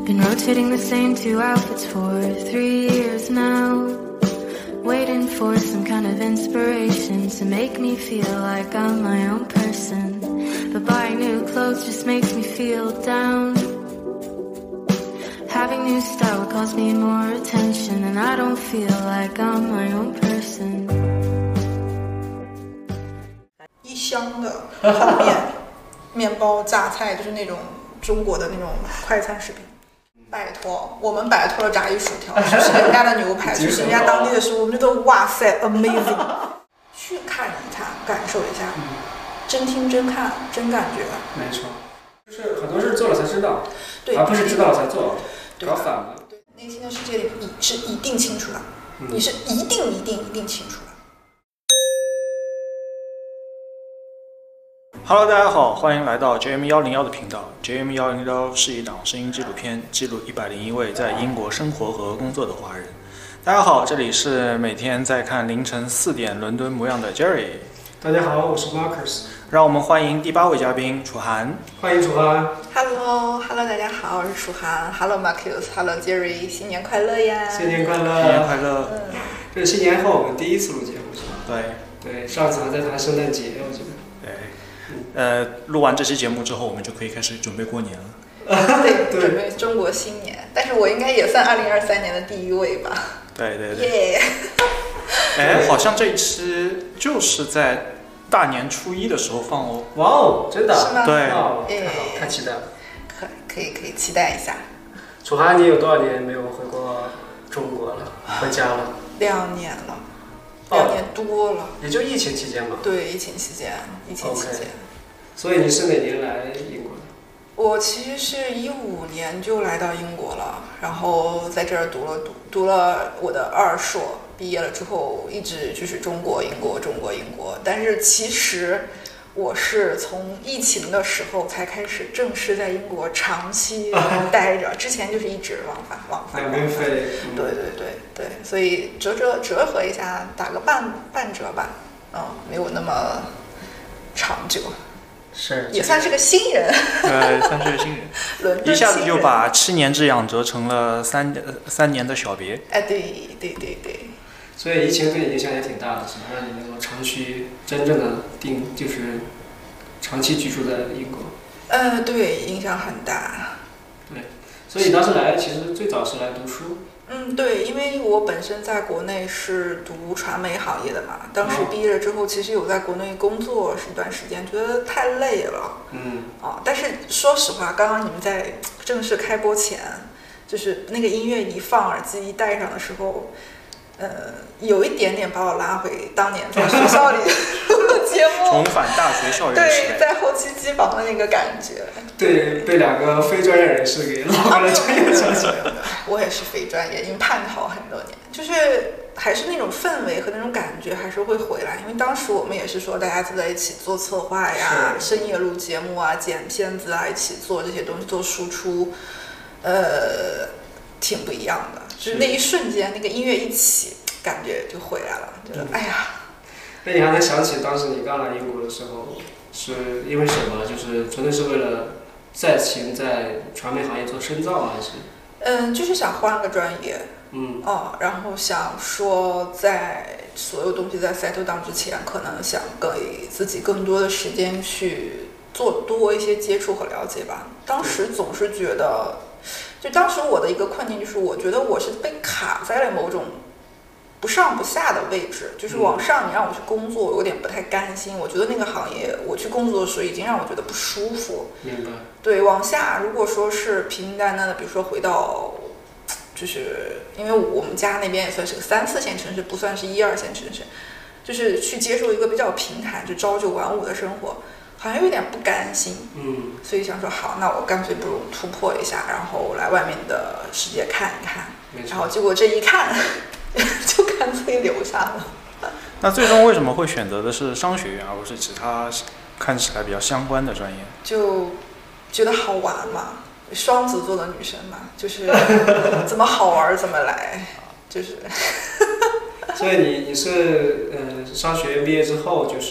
Been rotating the same 2 outfits for 3 years now, waiting for some kind of inspiration to make me feel like I'm my own person. But buying new clothes just makes me feel down. Having new style would cause me more attention, and I don't feel like I'm my own person. 一箱的泡面、面包、榨菜，就是那种中国的那种快餐食品。拜托，我们摆脱了炸鱼薯条，就是人家的牛排，就是人家当地的食物，我们觉得哇塞 ，amazing。去看一看，感受一下，真听真看，真感觉。 没错，就是很多事做了才知道， 对， 而不是知道了才做， 搞反了。 对，内心的世界里你是一定清楚的，你是一定清楚的。 Hello， 大家好，欢迎来到 JM101 的频道。JM101 是一档声音纪录片，记录101位在英国生活和工作的华人。大家好，这里是每天在看凌晨4点伦敦模样的 Jerry。 大家好，我是 Marcus。 让我们欢迎第8位嘉宾楚涵。 欢迎楚涵。 Hello， 大家好，我是楚涵。Hello Marcus，Hello Jerry， 新年快乐呀！ 新年快乐！ 新年快乐！ 这是新年后我们第一次录节目，是吧？ 对， 上次还在谈圣诞节，我记得。 录完这期节目之后，我们就可以开始准备过年了。 对，准备中国新年，但是我应该也算2023年的第1位吧。 对。 耶！ 好像这一期就是在大年初1的时候放哦。 哇哦，真的？ 是吗？ 对， 太好，太期待了。 可以期待一下。 楚涵，你有多少年没有回过中国了？回家了 ？2年了，2年多了。 也就疫情期间嘛。 对，疫情期间。 所以你是哪年来英国的？ 我其实是15年就来到英国了，然后在这儿读了我的2硕，毕业了之后一直就是中国英国。但是其实我是从疫情的时候才开始正式在英国长期待着，之前就是一直往返。 两边飞。 对，所以折合一下，打个半折吧，没有那么长久。 是， 也算是个新人。 算是个新人。 伦敦新人。 一下子就把7年之痒折成了3年的小别。 哎，对。 所以疫情对你影响也挺大的，是吧？让你能够长期真正的就是长期居住在英国。 对，影响很大。 对，所以你当时来，其实最早是来读书。 对，因为我本身在国内是读传媒行业的嘛，当时毕业了之后，其实有在国内工作一段时间，觉得太累了。但是说实话，刚刚你们在正式开播前，就是那个音乐一放，耳机一戴上的时候，有一点点把我拉回当年在学校里录节目， 重返大学校园时代。 对，在后期机房的那个感觉。 对，被2个非专业人士给拉回了专业角色。 我也是非专业，因为叛逃很多年，就是还是那种氛围和那种感觉还是会回来。因为当时我们也是说，大家坐在一起做策划呀，深夜录节目啊，剪片子啊，一起做这些东西，做输出，挺不一样的。就是那一瞬间，那个音乐一起，感觉就回来了，觉得哎呀。 那你还能想起当时你刚来英国的时候，是因为什么？就是纯粹是为了在传媒行业做深造吗？还是？ 就是想换个专业。然后想说，在所有东西在 settle down 之前，可能想给自己更多的时间去做多一些接触和了解吧。当时总是觉得，就当时我的一个困境就是，我觉得我是被卡在了某种不上不下的位置，就是往上你让我去工作，我有点不太甘心。我觉得那个行业我去工作的时候已经让我觉得不舒服。 明白。对， 往下如果说是平平淡淡的，比如说回到，就是因为我们家那边也算是个3、4线城市，不算是1、2线城市，就是去接受一个比较平坦就朝9晚5的生活，好像有点不甘心。所以想说好，那我干脆不如突破一下，然后来外面的世界看一看。然后结果这一看就干脆留下了。 那最终为什么会选择的是商学院，而不是其他看起来比较相关的专业？ 就觉得好玩嘛，双子座的女生嘛，就是怎么好玩怎么来，就是。 所以你是商学院毕业之后，就是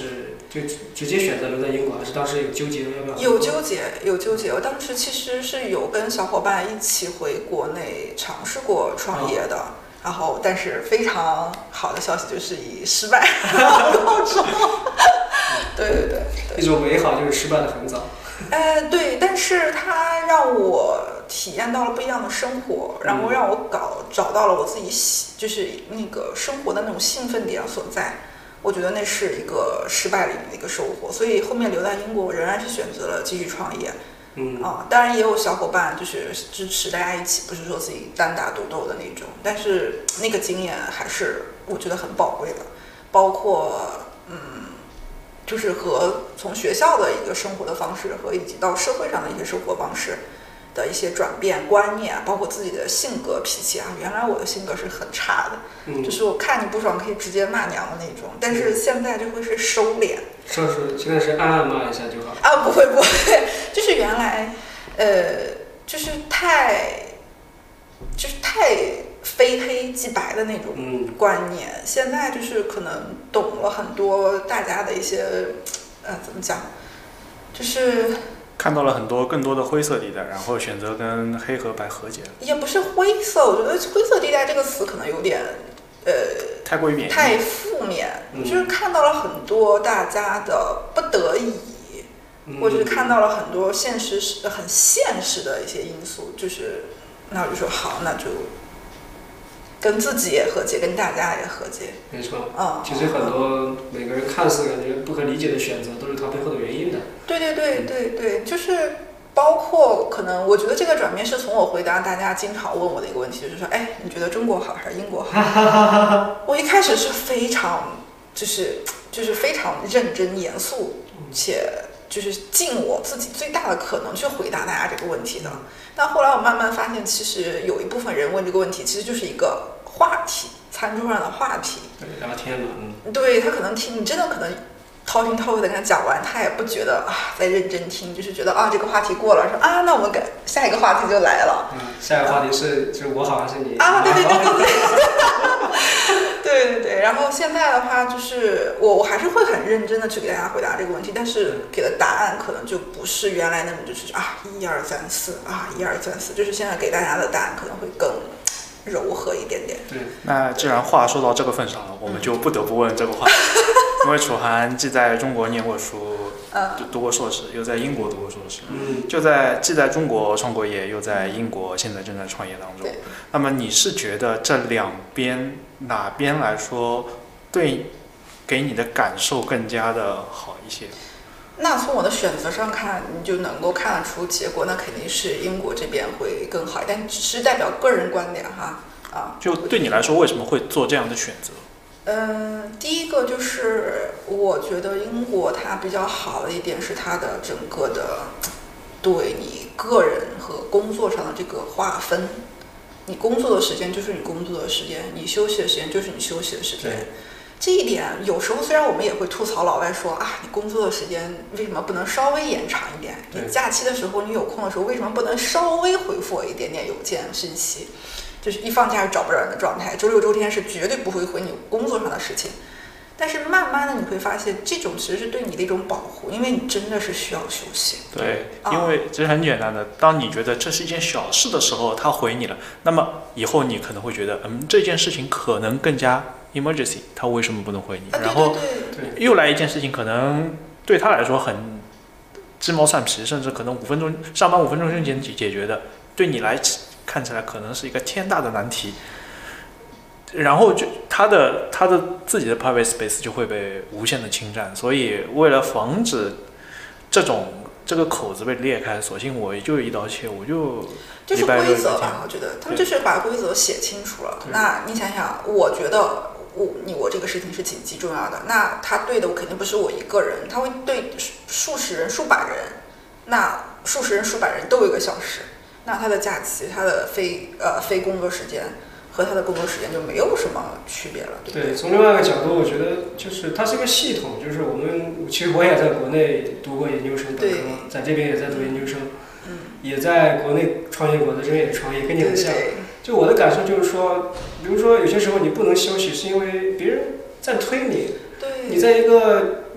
就直接选择留在英国，还是当时有纠结要不要？ 有纠结。我当时其实是有跟小伙伴一起回国内尝试过创业的，然后但是非常好的消息就是以失败告终。对， 一种美好就是失败的很早。 对，但是它让我体验到了不一样的生活，然后让我找到了我自己就是那个生活的那种兴奋点所在。我觉得那是一个失败里面的一个收获，所以后面留在英国，我仍然是选择了继续创业。当然也有小伙伴就是支持大家一起，不是说自己单打独斗的那种，但是那个经验还是我觉得很宝贵的，包括就是和从学校的一个生活的方式和以及到社会上的一些生活方式的一些转变观念，包括自己的性格脾气啊，原来我的性格是很差的，就是我看你不爽可以直接骂娘的那种，但是现在就会是收敛。 现在是暗骂一下就好。 不会，就是原来就是太非黑即白的那种观念，现在就是可能懂了很多大家的一些怎么讲，就是看到了很多更多的灰色地带，然后选择跟黑和白和解。 也不是灰色，我觉得灰色地带这个词可能有点太过于贬义， 太负面，就是看到了很多大家的不得已，或者是看到了很多很现实的一些因素，就是那我就说好，那就跟自己也和解，跟大家也和解。 没错，其实很多每个人看似感觉不可理解的选择，都是它背后的原因的。 对，就是包括可能，我觉得这个转变是从我回答大家经常问我的一个问题，就是说，你觉得中国好还是英国好？我一开始是非常就是非常认真严肃，且就是尽我自己最大的可能去回答大家这个问题的。但后来我慢慢发现，其实有一部分人问这个问题，其实就是一个话题，餐桌上的话题， 聊天嘛。 对，他可能听，你真的可能掏心掏肺的跟他讲完，他也不觉得在认真听，就是觉得这个话题过了，说那我们下一个话题就来了。 下一个话题就是我好还是你？ 对。然后现在的话，就是我还是会很认真的去给大家回答这个问题，但是给的答案可能就不是原来那么就是1、2、3、41、2、3、4，就是现在给大家的答案可能会更柔和一点点。 对， 那既然话说到这个份上了，我们就不得不问这个话题。因为楚涵既在中国念过书，读过硕士，又在英国读过硕士，既在中国创过业，又在英国现在正在创业当中。那么你是觉得这两边哪边来说给你的感受更加的好一些？ 那从我的选择上看，你就能够看得出结果，那肯定是英国这边会更好，但只是代表个人观点哈。 就对你来说，为什么会做这样的选择？ 第一个就是我觉得英国它比较好的一点是它的整个的对你个人和工作上的这个划分，你工作的时间就是你工作的时间，你休息的时间就是你休息的时间。这一点有时候虽然我们也会吐槽老外说你工作的时间为什么不能稍微延长一点？你假期的时候，你有空的时候，为什么不能稍微回复我一点点邮件信息？就是一放假是找不着人的状态，周六周天是绝对不会回你工作上的事情。但是慢慢的你会发现，这种其实是对你的一种保护，因为你真的是需要休息。 对，因为这是很简单的，当你觉得这是一件小事的时候，他回你了，那么以后你可能会觉得，这件事情可能更加 emergency， 他为什么不能回你？然后又来一件事情，可能对他来说很鸡毛蒜皮，甚至可能上班5分钟就能解决的，对你来看起来可能是一个天大的难题。然后就他的自己的 private space 就会被无限的侵占，所以为了防止这个口子被裂开，索性我就一刀切，我就是规则吧。我觉得他们就是把规则写清楚了。那你想想，我觉得我这个事情是紧急重要的，那他对的我肯定不是我一个人，他会对数十人、数百人，那数十人、数百人都有1个小时，那他的假期、他的非工作时间和他的工作时间就没有什么区别了，对不对？ 对，从另外一个角度，我觉得就是它是一个系统，就是其实我也在国内读过研究生，本科在这边也在读研究生，也在国内创业过，在这边也创业，跟你很像。就我的感受就是说，比如说有些时候你不能休息，是因为别人在推你。 对。 你在一个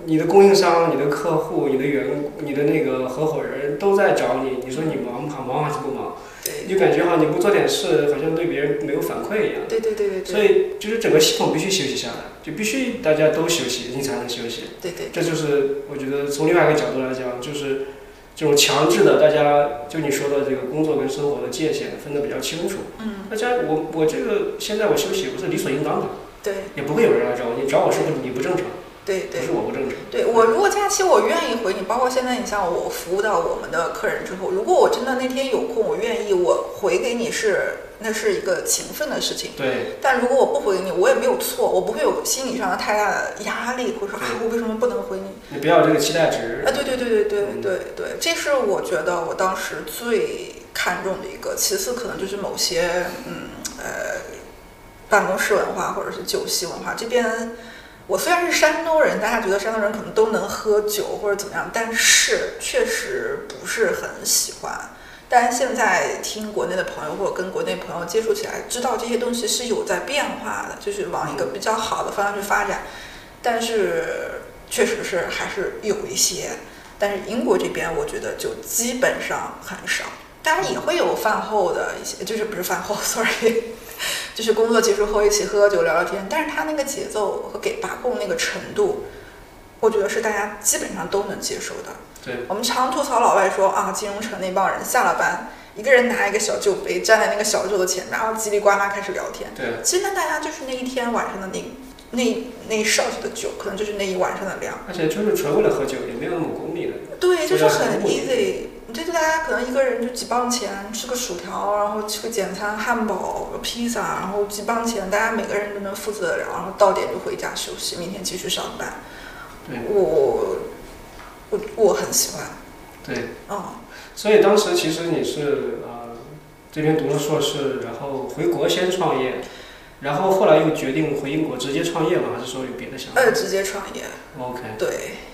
你的供应商、你的客户、你的你的那个合伙人都在找你，你说你忙还是不忙？你就感觉好像你不做点事，好像对别人没有反馈一样。 对。 所以就是整个系统必须休息下来，就必须大家都休息，你才能休息。 对。 这就是我觉得从另外一个角度来讲，就是这种强制的，大家就你说的这个工作跟生活的界限分得比较清楚。大家我这个现在我休息，我是理所应当的。 对。 也不会有人来找我，你找我是不是你不正常？ 对， 不是我不正常。 对，我如果假期我愿意回你，包括现在你像我服务到我们的客人之后，如果我真的那天有空，我愿意我回给你那是一个情分的事情。 对。 但如果我不回给你，我也没有错，我不会有心理上的太大的压力，或者说我为什么不能回你？ 你不要有这个期待值。 对，这是我觉得我当时最看重的一个。其次可能就是某些办公室文化或者是酒席文化这边。我虽然是山东人，大家觉得山东人可能都能喝酒或者怎么样，但是确实不是很喜欢。但是现在听国内的朋友或者跟国内朋友接触起来，知道这些东西是有在变化的，就是往一个比较好的方向去发展。但是确实是还是有一些，但是英国这边我觉得就基本上很少。当然也会有饭后的一些，就是不是饭后 ，sorry， 就是工作结束后一起喝酒聊聊天。但是他那个节奏和给把控那个程度，我觉得是大家基本上都能接受的。 对， 我们常吐槽老外说啊，金融城那帮人下了班，一个人拿一个小酒杯站在那个小桌子前，然后叽里呱啦开始聊天。 对， 其实大家就是那一天晚上的那少许的酒，可能就是那一晚上的量。 而且就是纯为了喝酒，也没有那么功利的。 对，就是很 easy。就是大家可能一个人就几磅钱，吃个薯条，然后吃个简餐汉堡、披萨，然后几磅钱，大家每个人都能负责得了，然后到点就回家休息，明天继续上班。 对， 我很喜欢。 对，所以当时其实你是这边读了硕士，然后回国先创业，然后后来又决定回英国直接创业吗？还是说有别的想法？ 直接创业。 OK。 对，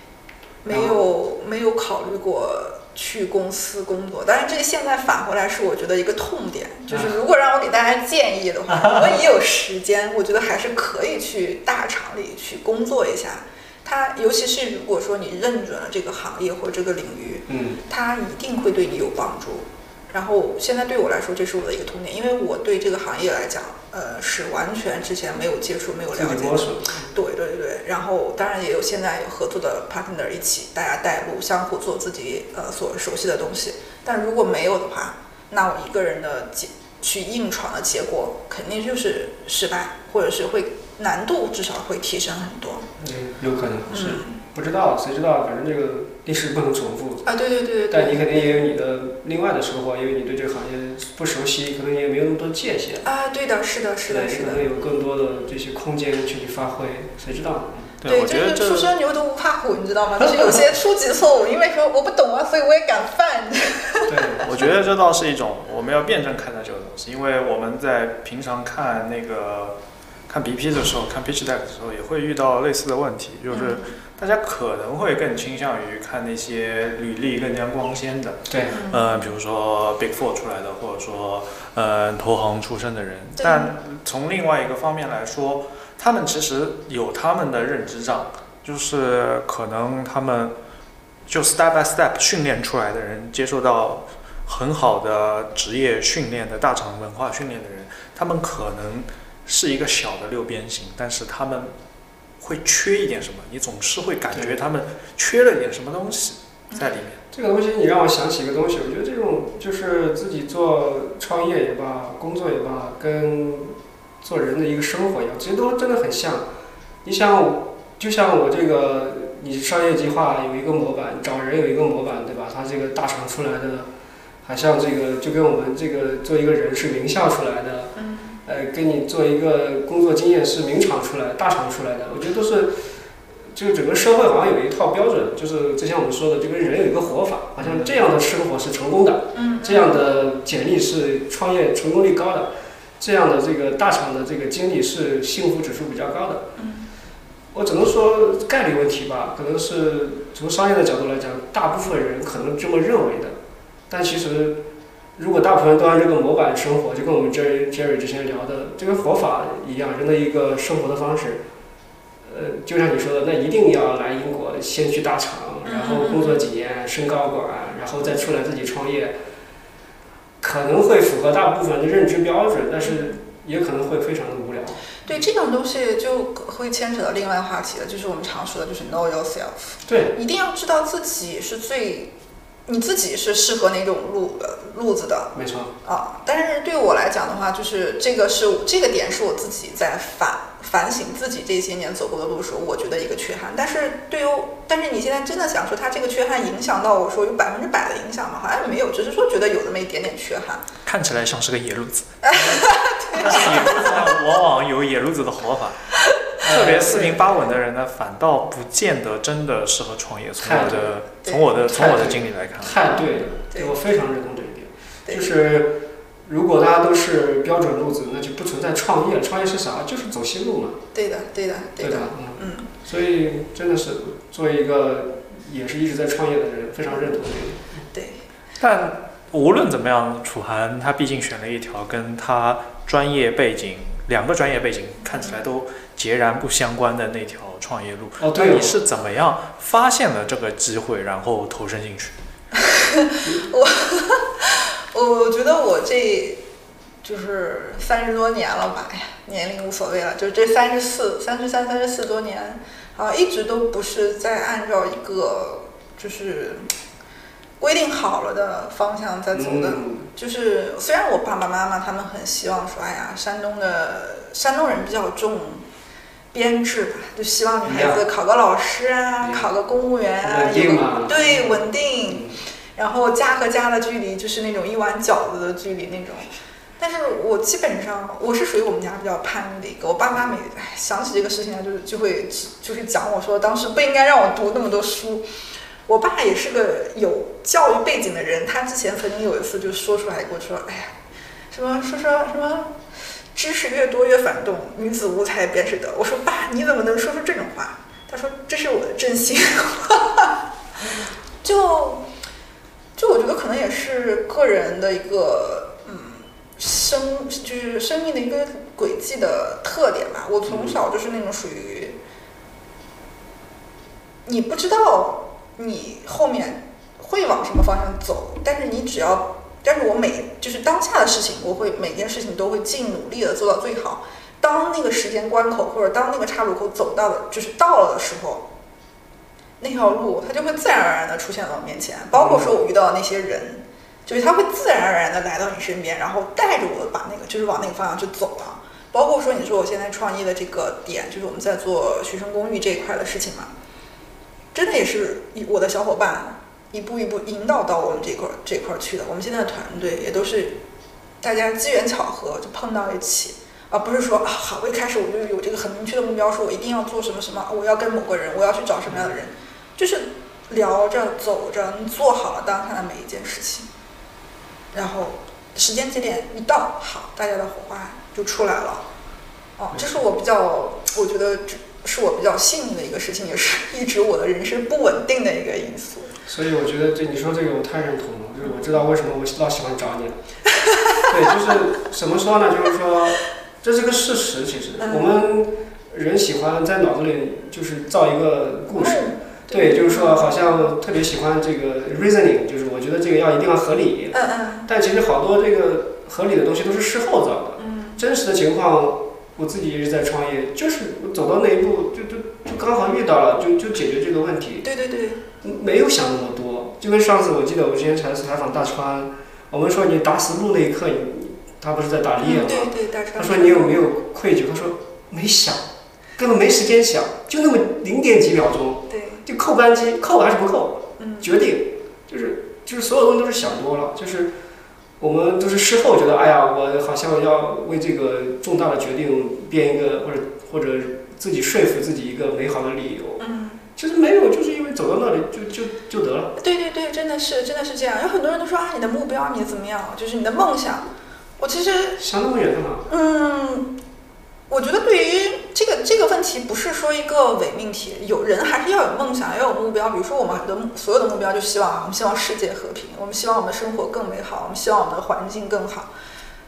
没有考虑过去公司工作，但是这现在返回来是我觉得一个痛点，就是如果让我给大家建议的话，我也有时间，我觉得还是可以去大厂里去工作一下。它尤其是如果说你认准了这个行业或这个领域，它一定会对你有帮助。然后现在对我来说，这是我的一个痛点，因为我对这个行业来讲，是完全之前没有接触、没有了解的。对。然后当然也有现在有合作的 partner 一起，大家带路，相互做自己所熟悉的东西。但如果没有的话，那我一个人的去硬闯的结果，肯定就是失败，或者是会难度至少会提升很多。 有可能是。不知道，谁知道？反正这个历史不能重复啊！对。 但你肯定也有你的另外的收获，因为你对这个行业不熟悉，可能也没有那么多界限啊。对的，是的。 可能有更多的这些空间去发挥，谁知道？ 对，就是初生牛犊不怕虎，你知道吗？就是有些初级错误，因为说我不懂啊，所以我也敢犯。 对，我觉得这倒是一种我们要辩证看待这个东西，因为我们在平常看BP 的时候，看 pitch deck 的时候，也会遇到类似的问题，就是大家可能会更倾向于看那些履历更加光鲜的， 对， 比如说 Big Four 出来的，或者说投行出身的人，但从另外一个方面来说，他们其实有他们的认知障，就是可能他们就 step by step 训练出来的人，接受到很好的职业训练的大厂文化训练的人，他们可能是一个小的六边形，但是他们会缺一点什么，你总是会感觉他们缺了一点什么东西在里面。 这个东西你让我想起一个东西，我觉得这种就是自己做创业也罢，工作也罢，跟做人的一个生活一样，其实都真的很像。你想，就像我这个，你商业计划有一个模板，找人有一个模板，对吧？他这个大厂出来的，还像这个就跟我们这个做一个人是名校出来的。跟你做一个工作经验是名厂出来、大厂出来的，我觉得都是，就整个社会好像有一套标准，就是之前我们说的，这个人有一个活法，好像这样的生活是成功的，这样的简历是创业成功率高的，这样的这个大厂的这个经历是幸福指数比较高的。我只能说概率问题吧，可能是从商业的角度来讲，大部分人可能这么认为的，但其实。如果大部分人都按这个模板生活，就跟我们 Jerry 之前聊的这个活法一样，人的一个生活的方式， 就像你说的，那一定要来英国，先去大厂，然后工作几年，升高管，然后再出来自己创业，可能会符合大部分的认知标准，但是也可能会非常的无聊。 对，这种东西就会牵扯到另外话题了，就是我们常说的，就是 know yourself。 对， 一定要知道自己是你自己是适合哪种路子的。 没错。 啊，但是对我来讲的话，就是这个点是我自己在反省自己这些年走过的路时候，我觉得一个缺憾。但是你现在真的想说它这个缺憾影响到我说有100%的影响吗？好像没有，只是说觉得有那么一点点缺憾。 看起来像是个野路子，但是野路子往往有野路子的活法。特别四平八稳的人呢，反倒不见得真的适合创业。从我的经历来看， 太对了，对，我非常认同这一点。就是如果大家都是标准路子，那就不存在创业。创业是啥？就是走新路嘛。 对的。 所以真的是作为一个也是一直在创业的人，非常认同这一点。 对。 但无论怎么样，楚涵他毕竟选了一条跟他两个专业背景看起来都截然不相关的那条创业路。 哦，对。 那你是怎么样发现了这个机会，然后投身进去？ 我觉得我这就是30多年了吧，年龄无所谓了，就这33、34多年啊，一直都不是在按照一个就是规定好了的方向在走的。就是虽然我爸爸妈妈他们很希望说，哎呀，山东人比较重编制吧，就希望女孩子考个老师啊，考个公务员啊，对，稳定。然后家和家的距离就是那种一碗饺子的距离那种。但是我基本上我是属于我们家比较叛逆的一个，我爸妈想起这个事情来就会讲我说当时不应该让我读那么多书。我爸也是个有教育背景的人，他之前曾经有一次就说出来过，说哎呀，什么知识越多越反动，女子无才便是德。我说爸，你怎么能说出这种话？他说这是我的真心话。就我觉得可能也是个人的一个就是生命的一个轨迹的特点吧。我从小就是那种属于你不知道你后面会往什么方向走，但是我就是当下的事情，我会每件事情都会尽努力的做到最好。当那个时间关口或者当那个岔路口到了的时候，那条路它就会自然而然的出现在我面前。包括说我遇到的那些人，就是他会自然而然的来到你身边，然后带着我就是往那个方向去走了。包括说你说我现在创业的这个点，就是我们在做学生公寓这一块的事情嘛，真的也是我的小伙伴一步一步引导到我们这块去的。我们现在的团队也都是大家机缘巧合就碰到一起，而不是说好，我一开始我就有这个很明确的目标，说我一定要做什么什么，我要跟某个人，我要去找什么样的人，就是聊着走着，你做好了当下的每一件事情，然后时间节点一到，好，大家的火花就出来了。这是我觉得是我比较幸运的一个事情，也是一直我的人生不稳定的一个因素。 所以我觉得你说这个我太认同了，就是我知道为什么我老喜欢找你了。对，就是怎么说呢？就是说这是个事实，其实我们人喜欢在脑子里就是造一个故事。对，就是说好像特别喜欢这个 reasoning， 就是我觉得这个一定要合理。但其实好多这个合理的东西都是事后造的。真实的情况，我自己一直在创业，就是我走到那一步就刚好遇到了，就解决这个问题。 对， 没有想那么多。就跟上次我记得我之前采访大川，我们说你打死路那一刻，他不是在打猎吗？ 对，大川。 他说你有没有愧疚？他说没想，根本没时间想，就那么0点几秒钟。 对。 就扣扳机，扣还是不扣？决定，就是所有东西都是想多了，就是我们都是事后觉得，哎呀，我好像要为这个重大的决定编一个或者自己说服自己一个美好的理由。其实没有，就是因为走到那里就得了。 对，真的是这样。有很多人都说你的目标你怎么样，就是你的梦想。我其实想那么远干嘛？ 我觉得对于这个问题不是说一个伪命题，有人还是要有梦想，要有目标。比如说我们的所有的目标就我们希望世界和平，我们希望我们的生活更美好，我们希望我们的环境更好。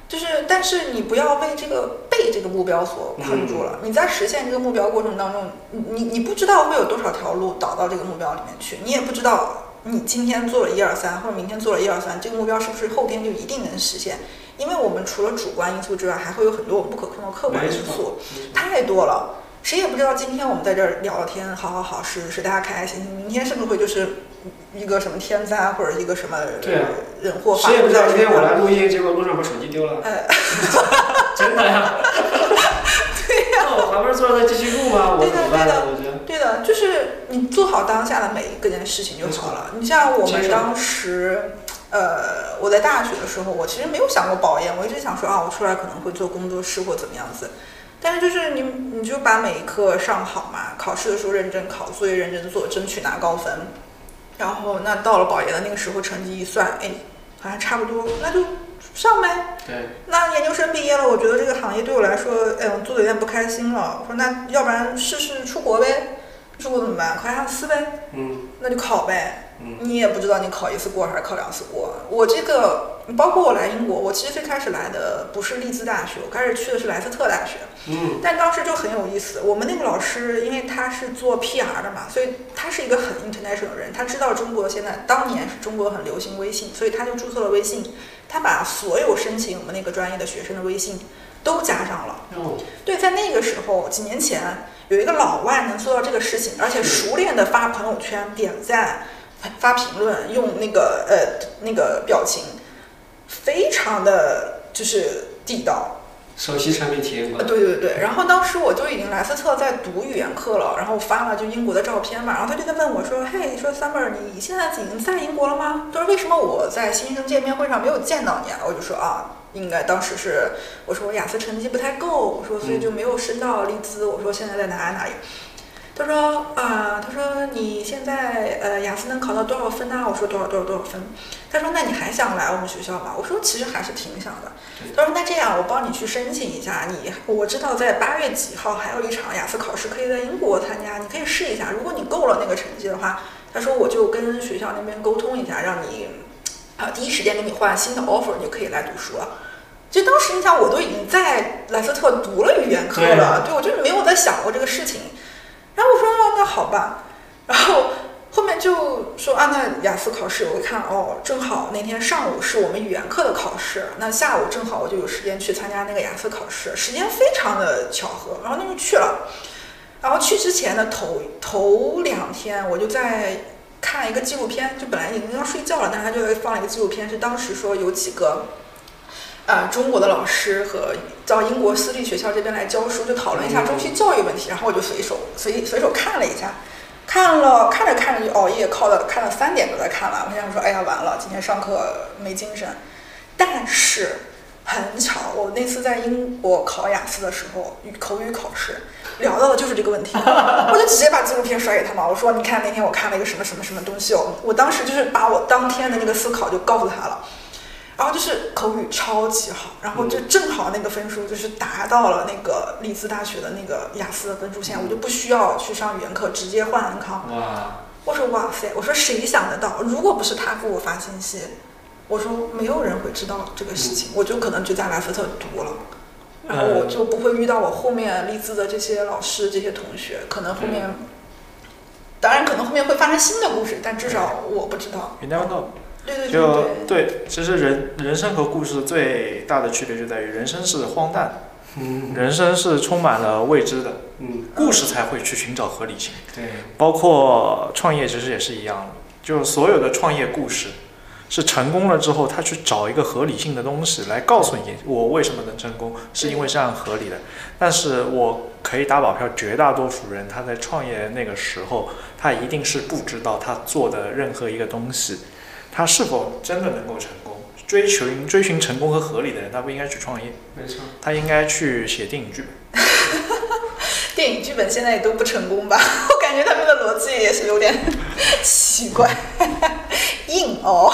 但是你不要被这个目标所困住了。你在实现这个目标过程当中，你不知道会有多少条路导到这个目标里面去，你也不知道你今天做了1、2、3，或者明天做了1、2、3，这个目标是不是后天就一定能实现？因为我们除了主观因素之外，还会有很多我们不可控的客观因素，太多了。谁也不知道今天我们在这儿聊天，好使大家开开心心，明天是不是会就是一个什么天灾或者一个什么人祸发生？ 谁也不知道今天我来录音，结果路上把手机丢了。真的呀？ 对呀。 那我还不是坐着继续录吗？我怎么办呢？我觉得。 对的，就是你做好当下的每一个件事情就好了。你像我们当时，我在大学的时候，我其实没有想过保研，我一直想说我出来可能会做工作室或怎么样子。但是就是你就把每一课上好嘛，考试的时候认真考，作业认真做，争取拿高分。然后那到了保研的那个时候，成绩一算，好像差不多，那就上呗。 对。 那研究生毕业了，我觉得这个行业对我来说，我做的有点不开心了。我说那要不然试试出国呗？出国怎么办？考雅思呗。那就考呗。你也不知道你考1次过还是考2次过。我这个，包括我来英国，我其实最开始来的不是利兹大学，我开始去的是莱斯特大学。但当时就很有意思，我们那个老师，因为他是做 PR 的嘛，所以他是一个很 international 的人，他知道中国当年是中国很流行微信，所以他就注册了微信，他把所有申请我们那个专业的学生的微信都加上了。对，在那个时候，几年前有一个老外能做到这个事情，而且熟练的发朋友圈、点赞、发评论，用那个表情，非常的就是地道。 熟悉产品体验馆。 对，然后当时我就已经莱斯特在读语言课了，然后发了就英国的照片嘛，然后他就在问我说：“嘿，说 Summer， 你现在已经在英国了吗？”他说：“为什么我在新生见面会上没有见到你啊？”我就说应该当时是我说我雅思成绩不太够，我说所以就没有升到利兹，我说现在在哪里。他说你现在雅思能考到多少分啊？我说多少分。他说那你还想来我们学校吗？我说其实还是挺想的。他说那这样我帮你去申请一下，我知道在8月几号还有一场雅思考试可以在英国参加，你可以试一下。如果你够了那个成绩的话，他说我就跟学校那边沟通一下，让你第一时间给你换新的 offer， 你就可以来读书了。就当时你想我都已经在莱斯特读了语言课了，对我就没有在想过这个事情。然后我说那好吧，然后后面就说那雅思考试我一看正好那天上午是我们语言课的考试，那下午正好我就有时间去参加那个雅思考试，时间非常的巧合，然后那就去了。然后去之前的头2天我就在看一个纪录片，就本来已经要睡觉了，但是他就放了一个纪录片，是当时说有几个中国的老师和到英国私立学校这边来教书，就讨论一下中西教育问题，然后我就随手看了一下，看着就熬夜看了3点都在看完，我想说哎呀完了，今天上课没精神。但是很巧，我那次在英国考雅思的时候，口语考试聊到的就是这个问题，我就直接把纪录片甩给他嘛，我说你看那天我看了一个什么东西我当时就是把我当天的那个思考就告诉他了。然后就是口语超级好，然后就正好那个分数就是达到了那个利兹大学的那个雅思的分数线，我就不需要去上语言课，直接换安康。我说哇塞，我说谁想得到？如果不是他给我发信息，我说没有人会知道这个事情，我就可能就在莱斯特读了，然后我就不会遇到我后面利兹的这些老师这些同学，可能后面，当然可能后面会发生新的故事，但至少我不知道。 You never know。 对， 其实人生和故事最大的区别就在于人生是荒诞，人生是充满了未知的，故事才会去寻找合理性。 对， 包括创业其实也是一样的，就所有的创业故事是成功了之后，他去找一个合理性的东西来告诉你我为什么能成功，是因为这样合理的。但是我可以打保票，绝大多数人他在创业那个时候，他一定是不知道他做的任何一个东西他是否真的能够成功。追寻成功和合理的人，他不应该去创业， 没错， 他应该去写电影剧本。 电影剧本现在也都不成功吧？我感觉他们的逻辑也是有点奇怪，硬哦。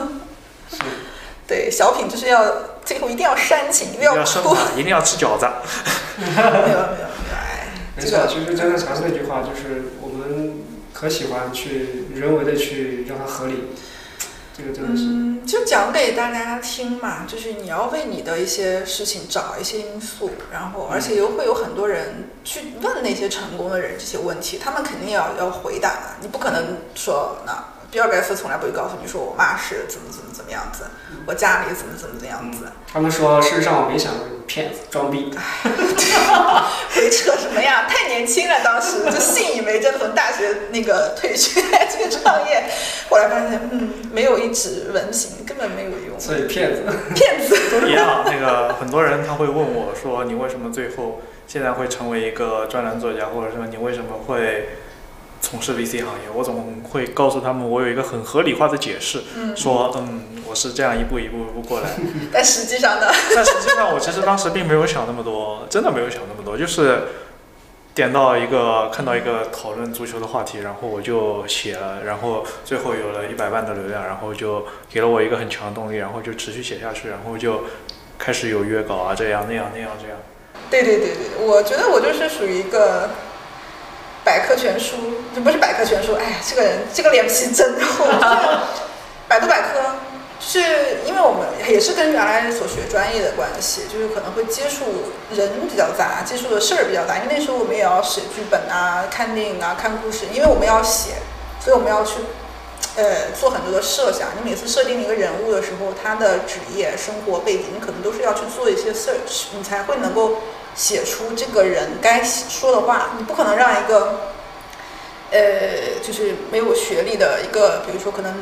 对，小品就是要最后一定要煽情，一定要哭， 一定要吃饺子。 没有， 没错，其实真的常说那句话，就是我们可喜欢去人为的去让它合理。这个真的是， 就讲给大家听嘛，就是你要为你的一些事情找一些因素，然后而且又会有很多人去问那些成功的人这些问题，他们肯定要回答的，你不可能说那。比尔盖茨从来不会告诉你说我妈是怎么样子，我家里怎么样子。 他们说事实上我没想过骗子装逼。 鬼扯什么呀？太年轻了，当时就信以为真，从大学那个退学去创业，后来发现没有一纸文凭根本没有用。 所以骗子都一样。那个很多人他会问我说，你为什么最后现在会成为一个专栏作家，或者说你为什么会从事 VC 行业，我总会告诉他们，我有一个很合理化的解释，说我是这样一步一步过来。 但实际上呢？ 但实际上我其实当时并没有想那么多，真的没有想那么多，就是看到一个讨论足球的话题，然后我就写了，然后最后有了100万的流量，然后就给了我一个很强的动力，然后就持续写下去，然后就开始有约稿啊，这样那样。 对，我觉得我就是属于一个。百科全书就不是百科全书，哎，这个人这个脸皮真厚。百度百科，就是因为我们也是跟原来所学专业的关系，就是可能会接触人比较杂，接触的事儿比较杂。因为那时候我们也要写剧本啊、看电影啊、看故事，因为我们要写，所以我们要去做很多的设想。你每次设定一个人物的时候，他的职业、生活背景，你可能都是要去做一些 search， 你才会能够写出这个人该说的话。你不可能让一个就是没有学历的一个，比如说可能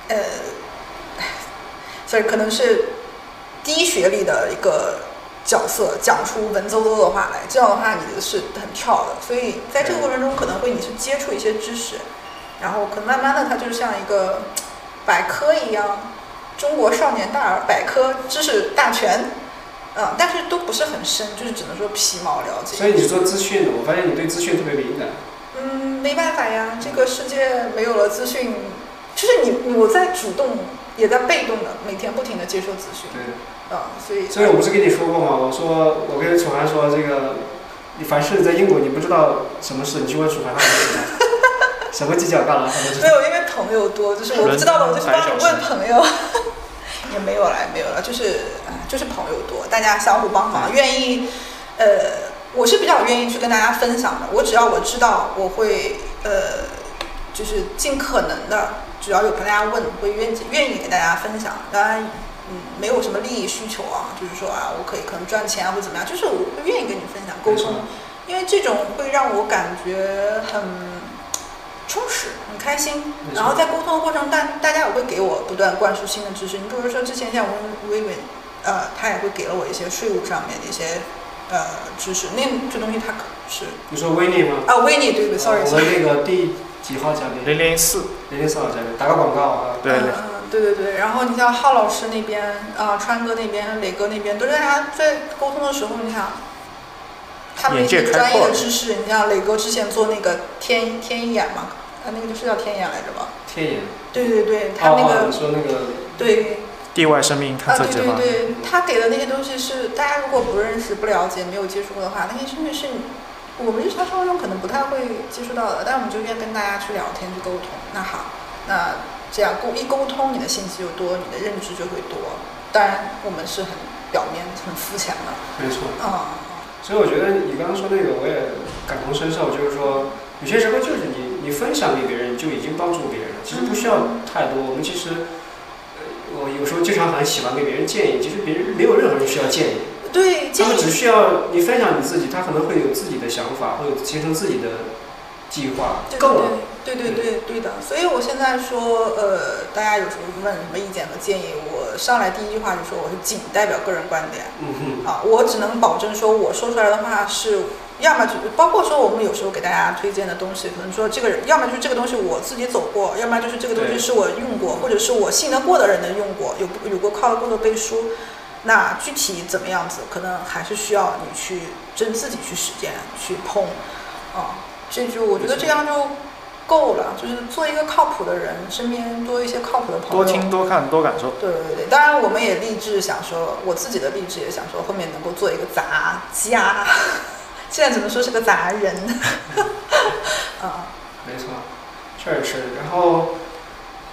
所以可能是低学历的一个角色讲出文绉绉的话来，这样的话你是很跳的。所以在这个过程中可能会你是接触一些知识，然后可能慢慢的它就像一个百科一样，中国少年大儿百科知识大全。但是都不是很深，就是只能说皮毛了解。 所以你做资讯的，我发现你对资讯特别敏感。 没办法呀，这个世界没有了资讯，就是我在主动也在被动的，每天不停的接受资讯。 对。所以我不是跟你说过吗？我跟楚涵说，这个你凡是在英国你不知道什么事，你去问楚涵，他就知道。什么犄角旮旯他都知道。 没有，因为朋友多，就是我不知道的，我就是帮你问朋友。也没有了，就是朋友多，大家相互帮忙，愿意，我是比较愿意去跟大家分享的。我只要我知道，我会就是尽可能的，只要有跟大家问，会愿意给大家分享。当然，没有什么利益需求啊，就是说我可能赚钱啊或怎么样，就是我会愿意跟你分享沟通，因为这种会让我感觉很充实，很开心。然后在沟通的过程，大家也会给我不断灌输新的知识。你比如说之前像微微，他也会给了我一些税务上面的一些知识。这东西他可能是你说维尼吗？ 维尼，对 ，sorry。 我们那个第几号嘉宾 ？004 号嘉宾，打个广告啊。 对。然后你像浩老师那边川哥那边、磊哥那边，都是大家在沟通的时候，你想。他们一些专业的知识，你像磊哥之前做那个天眼嘛，那个就是叫天眼来着吧？ 天眼。 对，他那个。 你说那个。 对。 地外生命探测计划。 对，他给的那些东西是大家如果不认识、不了解、没有接触过的话，那些甚至是我们日常生活中可能不太会接触到的，但我们就愿意跟大家去聊天、去沟通。那好，那这样一沟通，你的信息就多，你的认知就会多。当然，我们是很表面、很肤浅的。 没错。所以我觉得你刚刚说那个我也感同身受，就是说有些时候就是你分享给别人就已经帮助别人了，其实不需要太多。我们其实我有时候经常很喜欢给别人建议，其实别人没有任何人需要建议， 对， 他们只需要你分享你自己，他可能会有自己的想法，会有形成自己的计划，够了。 对的。所以我现在说，大家有什么问什么意见和建议，我上来第一句话就说我是仅代表个人观点。我只能保证说我说出来的话是，要么就包括说我们有时候给大家推荐的东西，可能说这个人，要么就是这个东西我自己走过，要么就是这个东西是我用过，或者是我信得过的人用过，有过靠得过的背书。那具体怎么样子，可能还是需要你去自己去实践去碰。这就我觉得这样就够了，就是做一个靠谱的人，身边多一些靠谱的朋友， 多听多看多感受。 对，当然我们也立志想说，我自己的立志也想说，后面能够做一个杂家，现在只能说是个杂人。 没错，确实是。然后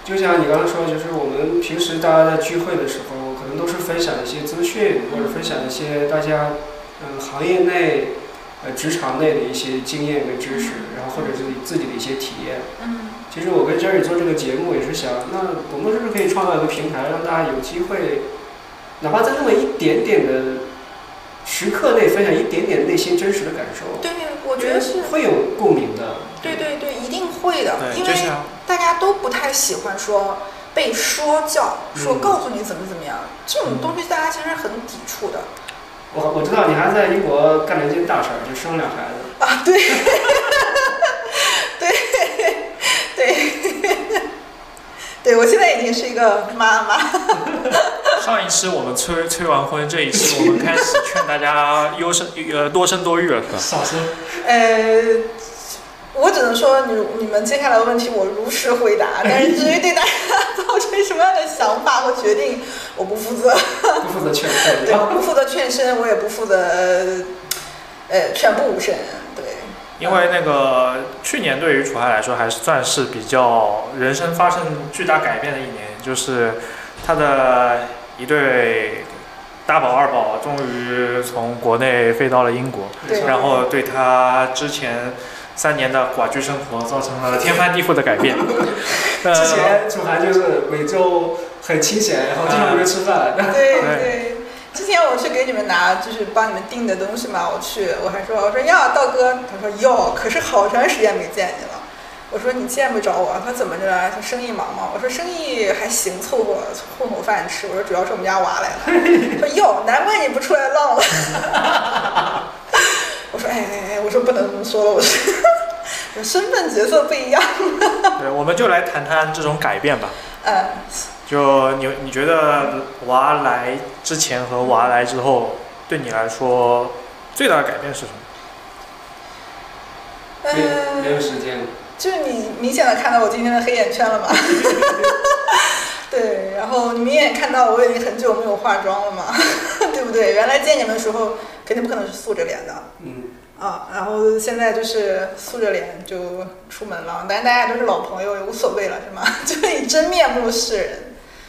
就像你刚刚说，就是我们平时大家在聚会的时候，可能都是分享一些资讯，或者分享一些大家行业内、职场内的一些经验跟知识，然后或者是自己的一些体验。其实我跟 Jerry 做这个节目也是想，那我们是不是可以创造一个平台，让大家有机会，哪怕在那么一点点的时刻内分享一点点内心真实的感受。 对，我觉得是会有共鸣的。 对，一定会的，因为大家都不太喜欢说被说教，说告诉你怎么样，这种东西大家其实很抵触的。 我知道你还在英国干了一件大事，就生了2孩子啊，对，对，我现在已经是一个妈妈。 上一期我们催完婚，这一期我们开始劝大家多生多育了，是吧？ 少生。 我只能说你们接下来的问题我如实回答，但是至于对大家造成什么样的想法和决定，我不负责。 不负责劝生。 对，我不负责劝生，我也不负责全部无生。对。 因为那个去年对于楚海来说还是算是比较人生发生巨大改变的一年，就是他的一对大宝二宝终于从国内飞到了英国，然后对他之前3年的寡居生活造成了天翻地覆的改变。 之前楚涵就是每周很清闲，然后经常约吃饭。 对。之前我去给你们拿，就是帮你们订的东西嘛，我还说呀，道哥，他说哟，可是好长时间没见你了。我说你见不着我，他怎么着？他生意忙吗？我说生意还行，凑合混口饭吃。我说主要是我们家娃来了。说哟，难怪你不出来浪了。我说我说不能这么说了，我说身份角色不一样。 对，我们就来谈谈这种改变吧。就你觉得娃来之前和娃来之后，对你来说最大的改变是什么？没有时间。 就是你明显的看到我今天的黑眼圈了嘛？对，然后你明显看到我已经很久没有化妆了嘛，对不对？原来见你们的时候肯定不可能是素着脸的。然后现在就是素着脸就出门了，但是大家都是老朋友，也无所谓了，是吗？就以真面目示人。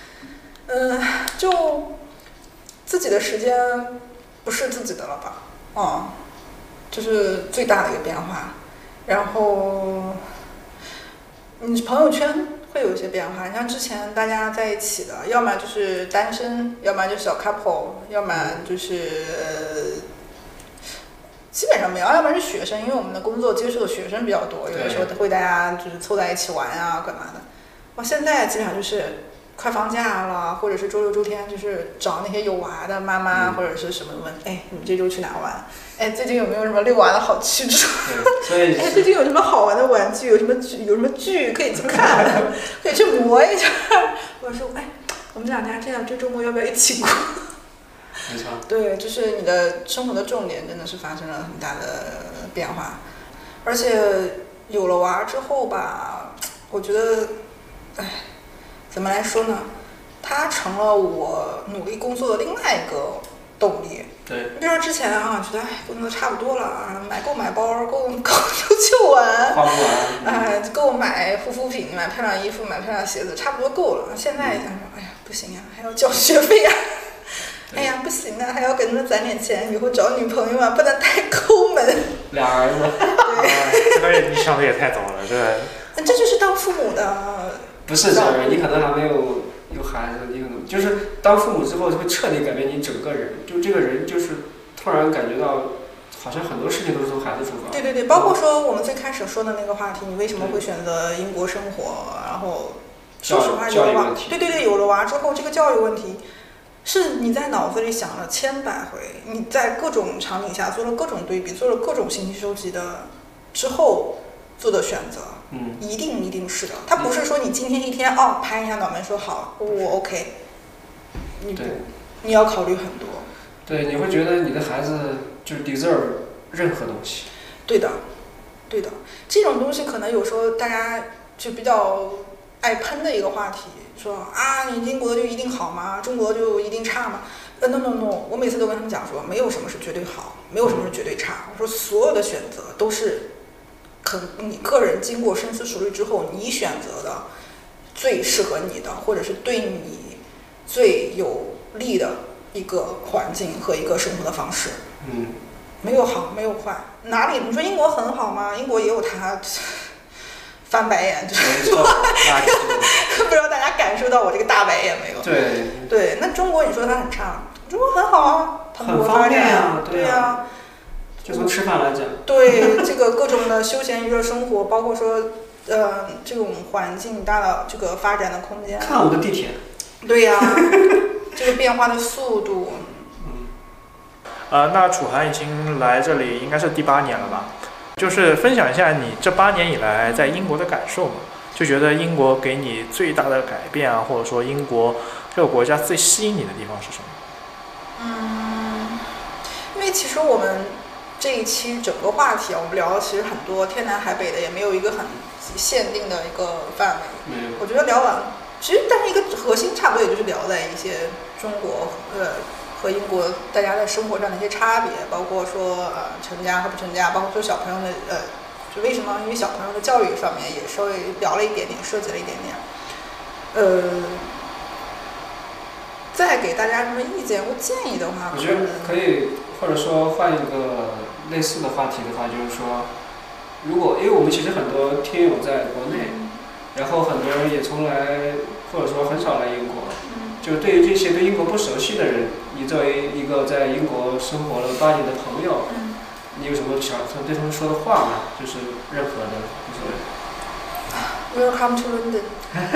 就自己的时间不是自己的了吧？这是最大的一个变化。然后，朋友圈会有一些变化。你像之前大家在一起的，要么就是单身，要么就是小 couple， 要么就是基本上没有，要么是学生，因为我们的工作接触的学生比较多，有的时候会大家就是凑在一起玩啊，干嘛的。现在基本上就是快放假了，或者是周六周天，就是找那些有娃的妈妈或者是什么问，你们这周去哪玩？最近有没有什么遛娃的好去处？最近有什么好玩的玩具？有什么剧可以去看？可以去磨一下。我说，我们2家这周末要不要一起过？ 没错。对， 就是你的生活的重点真的是发生了很大的变化，而且有了娃之后吧，我觉得，怎么来说呢？它成了我努力工作的另外一个动力。 对， 你比如说之前觉得工作差不多了，购买包，够出去玩， 花不完， 购买护肤品，买漂亮衣服，买漂亮鞋子，差不多够了。现在想说，不行呀，还要交学费呀，不行啊，还要给他们攒点钱，以后找女朋友啊，不能太抠门。 2儿子， 对， 这个你想的也太早了，对。 这就是当父母的。 不是这样，你可能还没有孩子，你可能就是当父母之后，就会彻底改变你整个人。就这个人就是突然感觉到，好像很多事情都是从孩子出发。 对，包括说我们最开始说的那个话题，你为什么会选择英国生活？然后说实话，有了娃，对，有了娃之后，这个教育问题是你在脑子里想了千百回，你在各种场景下做了各种对比，做了各种信息收集的之后做的选择。一定是的。他不是说你今天一天拍一下脑门说好我 OK， 你要考虑很多。 对，你会觉得你的孩子就 deserve 任何东西。对的， 这种东西可能有时候大家就比较爱喷的一个话题，说你英国就一定好吗？中国就一定差吗？No， 我每次都跟他们讲说，没有什么是绝对好，没有什么是绝对差。我说所有的选择都是你个人经过深思熟虑之后你选择的， 最适合你的，或者是对你最有利的一个环境和一个生活的方式。没有好，没有坏，哪里？你说英国很好吗？英国也有它翻白眼，就是说，不知道大家感受到我这个大白眼没有？对，那中国你说它很差，中国很好啊， 很方便啊， 对啊。 就从吃饭来讲， 对这个各种的休闲娱乐生活，包括说这种环境大的这个发展的空间。 看我的地铁。 对呀、这个变化的速度。 那楚涵已经来这里应该是第8年了吧？就是分享一下你这8年以来在英国的感受嘛？就觉得英国给你最大的改变啊，或者说英国这个国家最吸引你的地方是什么？ 因为其实我们这一期整个话题啊，我们聊的其实很多天南海北的，也没有一个很限定的一个范围。我觉得聊完，其实但是一个核心差不多也就是聊在一些中国和英国大家在生活上的一些差别，包括说成家和不成家，包括说小朋友的就为什么？因为小朋友的教育上面也稍微聊了一点点，涉及了一点点。再给大家什么意见或建议的话， 我觉得可以，或者说换一个类似的话题的话，就是说，如果因为我们其实很多听友在国内，然后很多人也从来或者说很少来英国。就对于这些对英国不熟悉的人，你作为一个在英国生活了8年的朋友，你有什么想对他们说的话吗？就是任何的无所谓。 Welcome to London 。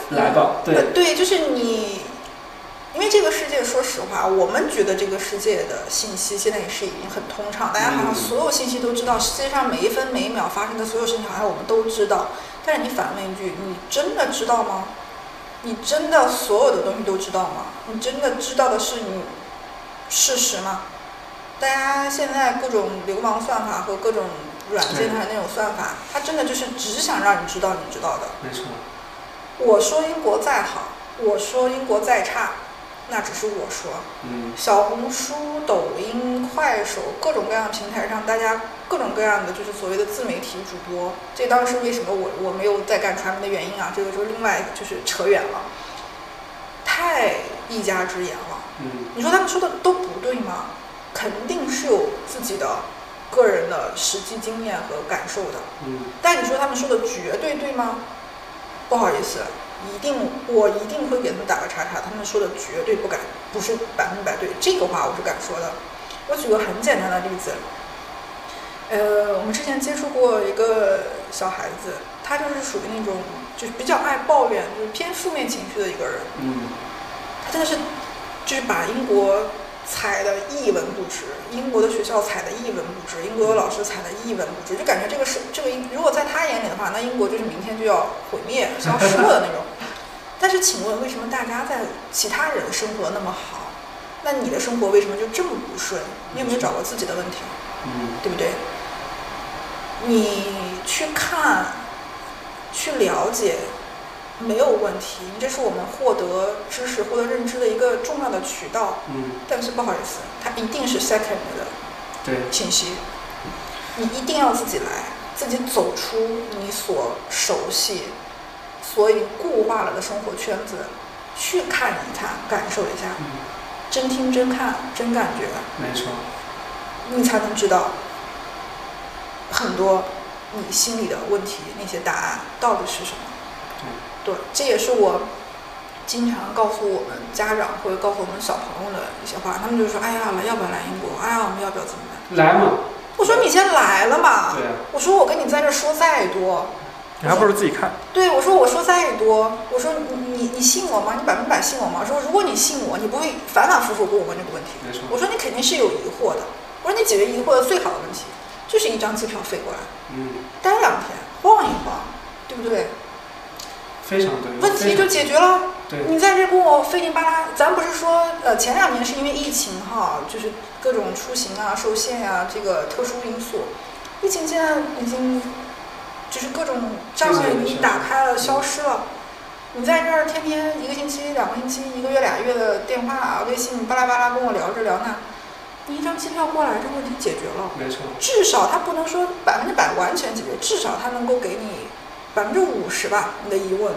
来吧， 对，就是你，因为这个世界，说实话，我们觉得这个世界的信息现在也是已经很通畅，大家好像所有信息都知道，世界上每一分每一秒发生的所有事情，好像我们都知道。但是你反问一句，你真的知道吗？你真的所有的东西都知道吗？你真的知道的是你事实吗？大家现在各种流氓算法和各种软件的那种算法，它真的就是只想让你知道你知道的。 没错。 我说英国再好，我说英国再差，那只是我说。小红书、抖音、快手各种各样的平台上，大家各种各样的就是所谓的自媒体主播，这当时为什么我没有再干传媒的原因啊，这个就另外就是扯远了，太一家之言了。你说他们说的都不对吗？肯定是有自己的个人的实际经验和感受的。但你说他们说的绝对对吗？不好意思，我一定会给他们打个叉叉，他们说的绝对不是100%对，这个话我是敢说的。我举个很简单的例子，我们之前接触过一个小孩子，他就是属于那种就是比较爱抱怨，就是偏负面情绪的一个人。他真的是就是把英国踩得一文不值，英国的学校踩得一文不值，英国的老师踩得一文不值，就感觉这个如果在他眼里的话，那英国就是明天就要毁灭消失了的那种。但是请问为什么大家在其他人生活那么好，那你的生活为什么就这么不顺？你有没有找过自己的问题？对不对？你去看去了解没有问题，这是我们获得知识获得认知的一个重要的渠道。但是不好意思，它一定是 second 的信息。你一定要自己来，自己走出你所熟悉所以固化了的生活圈子，去看一看，感受一下，真听真看真感觉。 没错。 你才能知道很多你心里的问题，那些答案到底是什么。对，这也是我经常告诉我们家长或者告诉我们小朋友的一些话。他们就说：“哎呀，要不要来英国？哎呀，我们要不要怎么办？” 来嘛！ 我说：“你先来了嘛。” 对啊。 我说：“我跟你在这说再多， 你还不如自己看。” 对，我说再多，我说你信我吗？你100%信我吗？我说如果你信我，你不会反反复复跟我问这个问题。 没错。 我说你肯定是有疑惑的。我说你解决疑惑的最好的问题，就是一张机票飞过来，待2天，晃一晃，对不对？ 非常对。 问题就解决了。 对。 你在这跟我费劲巴拉，咱不是说前2年是因为疫情哈，就是各种出行啊受限啊，这个特殊因素，疫情现在已经就是各种障碍已经打开了，消失了。你在这儿天天1个星期、2个星期、1个月、2月的电话、微信巴拉巴拉跟我聊这聊那。你一张机票过来，这个问题解决了。 没错。 至少它不能说100%完全解决，至少它能够给你50%吧，你的疑问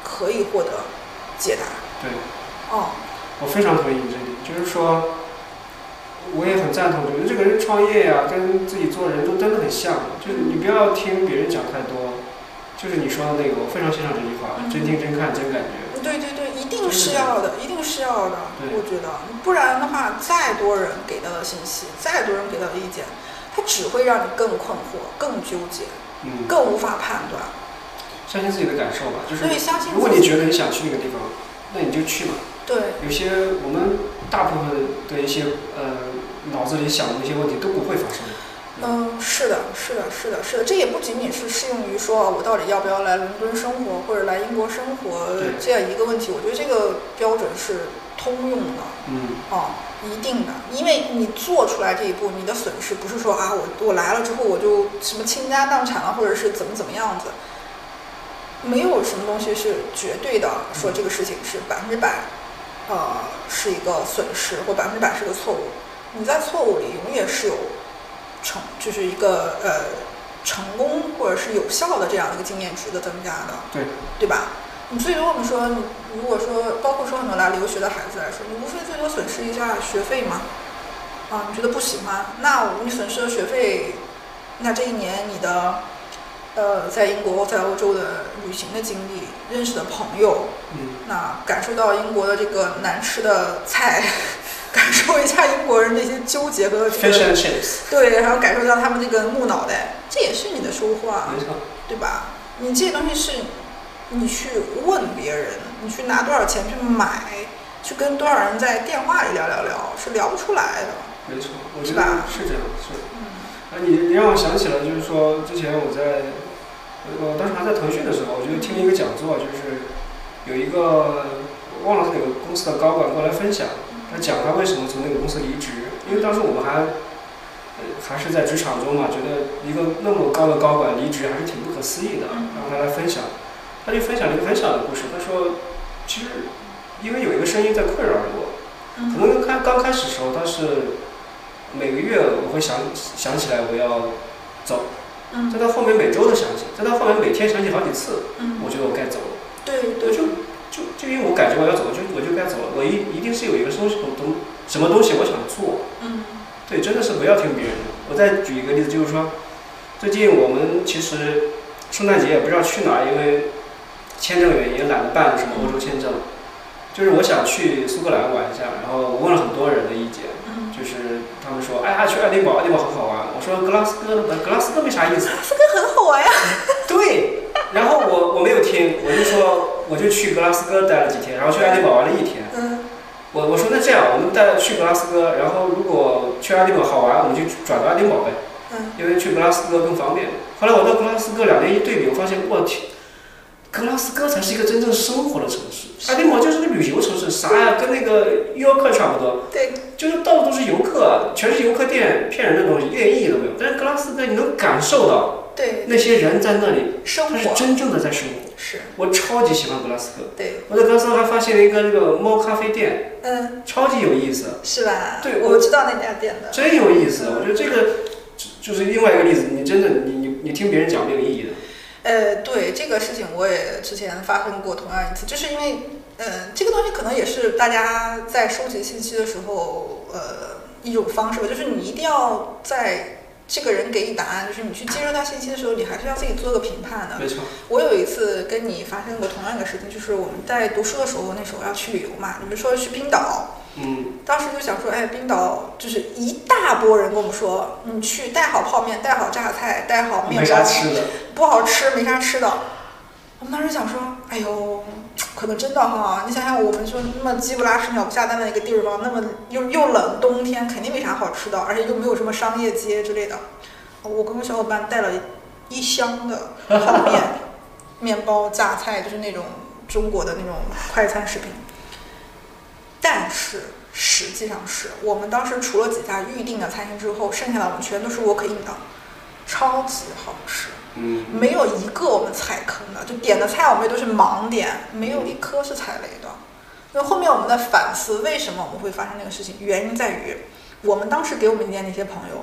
可以获得解答。 对， 哦， 我非常同意你这里，就是说，我也很赞同，觉得这个人创业呀、跟自己做人都真的很像，就是你不要听别人讲太多，就是你说的那个，我非常欣赏这句话，真听真看真感觉。 对对对，一定是要的，一定是要的。我觉得，不然的话，再多人给到的信息，再多人给到的意见，它只会让你更困惑、更纠结，更无法判断。 相信自己的感受吧，就是对，相信自己。 如果你觉得你想去那个地方，那你就去嘛。 对。 有些我们大部分的一些脑子里想的那些问题都不会发生。 是的，这也不仅仅是适用于说我到底要不要来伦敦生活或者来英国生活这样一个问题。我觉得这个标准是通用的。一定的，因为你做出来这一步，你的损失不是说啊，我来了之后我就什么倾家荡产了，或者是怎么样子。没有什么东西是绝对的，说这个事情是100%，是一个损失，或100%是个错误。你在错误里永远是有就是一个成功或者是有效的这样一个经验值的增加的，对吧？你最多我们说，如果说包括说很多来留学的孩子来说，你无非最多损失一下学费嘛，你觉得不喜欢，那你损失了学费，那这一年你的在英国在欧洲的旅行的经历，认识的朋友，那感受到英国的这个难吃的菜。感受一下英国人那些纠结和这个，对，然后感受到他们这个木脑袋，这也是你的收获啊， 没错， 对吧？你这些东西是你去问别人，你去拿多少钱去买，去跟多少人在电话里聊，是聊不出来的。 没错，我觉得是这样，是。你让我想起了，就是说之前我当时还在腾讯的时候，我就听了一个讲座，就是有一个忘了是哪个公司的高管过来分享。他讲他为什么从那个公司离职，因为当时我们还是在职场中嘛，觉得一个那么高的高管离职还是挺不可思议的。然后他来分享，他就分享了一个很小的故事。他说，其实因为有一个声音在困扰着我，可能刚开始的时候，他是每个月我会想起来我要走，再到后面每周都想起，再到后面每天想起好几次，我觉得我该走了。 对， 就因为我感觉我要走，我就该走了。我一定是有一个什么东西我想做。对，真的是不要听别人的。我再举一个例子，就是说，最近我们其实圣诞节也不知道去哪儿，因为签证原因也懒得办什么欧洲签证。就是我想去苏格兰玩一下，然后我问了很多人的意见，就是他们说，哎呀，去爱丁堡很好玩。我说格拉斯哥没啥意思。 格拉斯哥很好玩呀。 对。然后我没有听，我就说我就去格拉斯哥待了几天，然后去爱丁堡玩了1天。我说那这样，我们去格拉斯哥，然后如果去爱丁堡好玩，我们就转到爱丁堡呗。因为去格拉斯哥更方便。后来我到格拉斯哥2年一对比，我发现我天，格拉斯哥才是一个真正生活的城市，爱丁堡就是个旅游城市，啥呀，跟那个约克差不多。 对， 就是到处都是游客，全是游客店，骗人的东西，一点意义都没有。但是格拉斯哥你能感受到， 对， 那些人在那里， 他是真正的在生活。 是， 我超级喜欢格拉斯哥。 对， 我在格拉斯哥还发现了一个那个猫咖啡店，超级有意思。 是吧？ 对， 我知道那家店的。 真有意思，我觉得这个就是另外一个例子，你真的你听别人讲没有意义的。 对，这个事情我也之前发生过同样一次，就是因为这个东西可能也是大家在收集信息的时候一种方式吧，就是你一定要在这个人给你答案，就是你去接受他信息的时候，你还是要自己做个评判的。 没错。 我有一次跟你发生过同样一个事情，就是我们在读书的时候，那时候要去旅游嘛，你们说去冰岛。当时就想说，冰岛就是一大波人跟我们说，你去带好泡面，带好榨菜，带好面包， 没啥吃的， 不好吃，没啥吃的。我们当时想说，哎呦，可能真的哈，你想想我们说那么鸡不拉屎鸟不下蛋的一个地方，那么又冷，冬天肯定没啥好吃的，而且又没有什么商业街之类的。我跟我小伙伴带了1箱的泡面、面包、榨菜，就是那种中国的那种快餐食品。但是实际上是我们当时除了几家预定的餐厅之后，剩下的我们全都是 walk in 的，超级好吃。没有一个我们踩坑的，就点的菜我们也都是盲点，没有一颗是踩雷的。因为后面我们在反思为什么我们会发生那个事情，原因在于我们当时给我们意见那些朋友，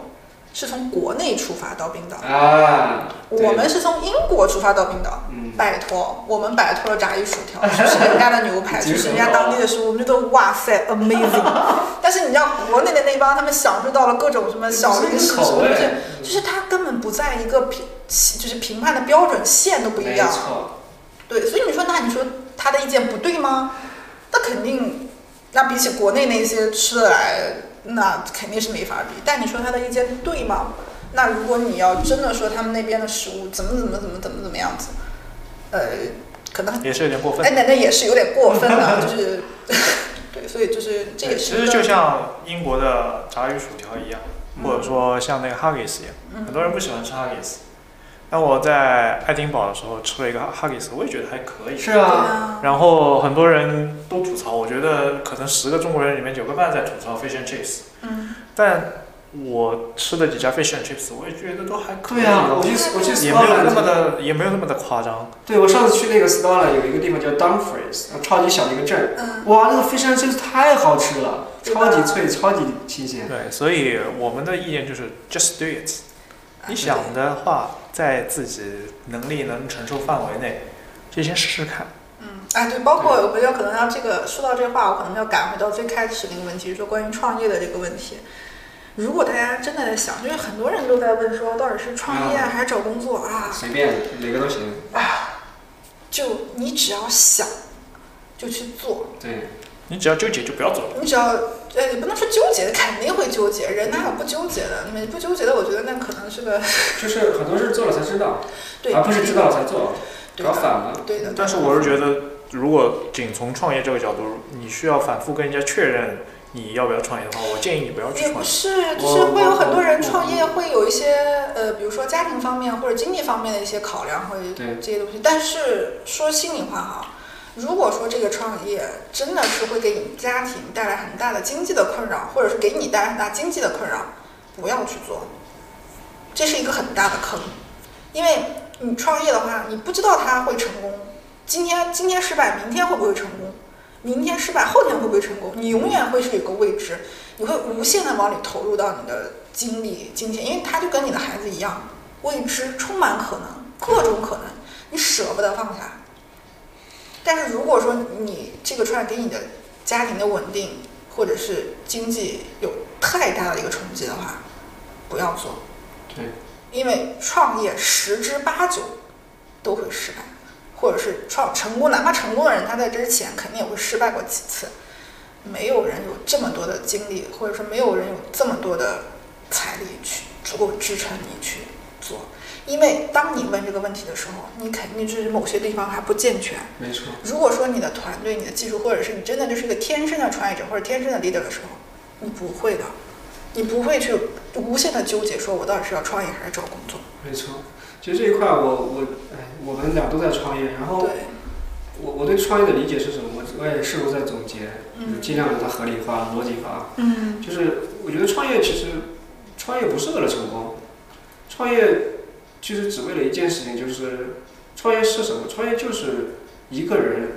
是从国内出发到冰岛啊， 我们是从英国出发到冰岛。拜托，我们摆脱了炸鱼薯条，吃人家的牛排，吃人家当地的食物，我们觉得哇塞 amazing。但是你知道国内的那帮他们享受到了各种什么小零食什么的，就是他根本不在一个就是评判的标准线都不一样。对，所以你说他的意见不对吗？那肯定，那比起国内那些吃得来，那肯定是没法比。但你说他的意见对吗？那如果你要真的说他们那边的食物怎么样子，可能也是有点过分。 那也是有点过分了，就是对，所以就是这也是。 其实就像英国的炸鱼薯条一样，或者说像那个 Haggis 一样，很多人不喜欢吃 Haggis。那我在爱丁堡的时候吃了一个 Haggis， 我也觉得还可以。 是啊。 然后很多人都吐槽，我觉得可能10个中国人里面9个半在吐槽 fish and chips。但我吃的几家 fish and chips， 我也觉得都还可以。 对啊，我去也没有那么的夸张。 对，我上次去那个 Stala 有一个地方叫 Dumfries， 超级小的一个镇。哇，那个 fish and chips 太好吃了，超级脆，超级新鲜。 对，所以我们的意见就是 just do it。你想的话，在自己能力能承受范围内，就先试试看。 对，包括我要可能要说到这话，我可能要赶回到最开始那个问题，说关于创业的这个问题。如果大家真的在想，就是很多人都在问说，到底是创业还是找工作啊？ 随便，哪个都行。 就你只要想，就去做。 对。 你只要纠结就不要做。 你只要也不能说纠结，肯定会纠结，人哪有不纠结的？你不纠结的，我觉得那可能是个。 就是很多事做了才知道， 对， 而不是知道了才做，搞反了。 对的。 但是我是觉得，如果仅从创业这个角度，你需要反复跟人家确认你要不要创业的话，我建议你不要去创业。 也不是，就是会有很多人创业会有一些比如说家庭方面或者经济方面的一些考量，会这些东西。但是说心里话哈，如果说这个创业真的是会给你家庭带来很大的经济的困扰，或者是给你带来很大经济的困扰，不要去做，这是一个很大的坑。因为你创业的话，你不知道它会成功，今天失败，明天会不会成功？明天失败，后天会不会成功？你永远会是有个未知，你会无限的往里投入到你的精力、金钱，因为它就跟你的孩子一样，未知，充满可能，各种可能，你舍不得放下。但是如果说你这个创业给你的家庭的稳定或者是经济有太大的一个冲击的话，不要做。 对， 因为创业10之8九都会失败。或者是成功，哪怕成功的人，他在之前肯定也会失败过几次。没有人有这么多的精力，或者说没有人有这么多的财力去足够支撑你去做。因为当你问这个问题的时候，你肯定就是某些地方还不健全。 没错。 如果说你的团队、你的技术，或者是你真的就是一个天生的创业者或者天生的 leader 的时候，你不会的，你不会去无限的纠结，说我到底是要创业还是找工作。 没错。其实这一块我们俩都在创业，然后我对创业的理解是什么？我也试过在总结，尽量让它合理化、逻辑化。就是我觉得创业不是为了成功，创业其实只为了一件事情，就是创业是什么？创业就是一个人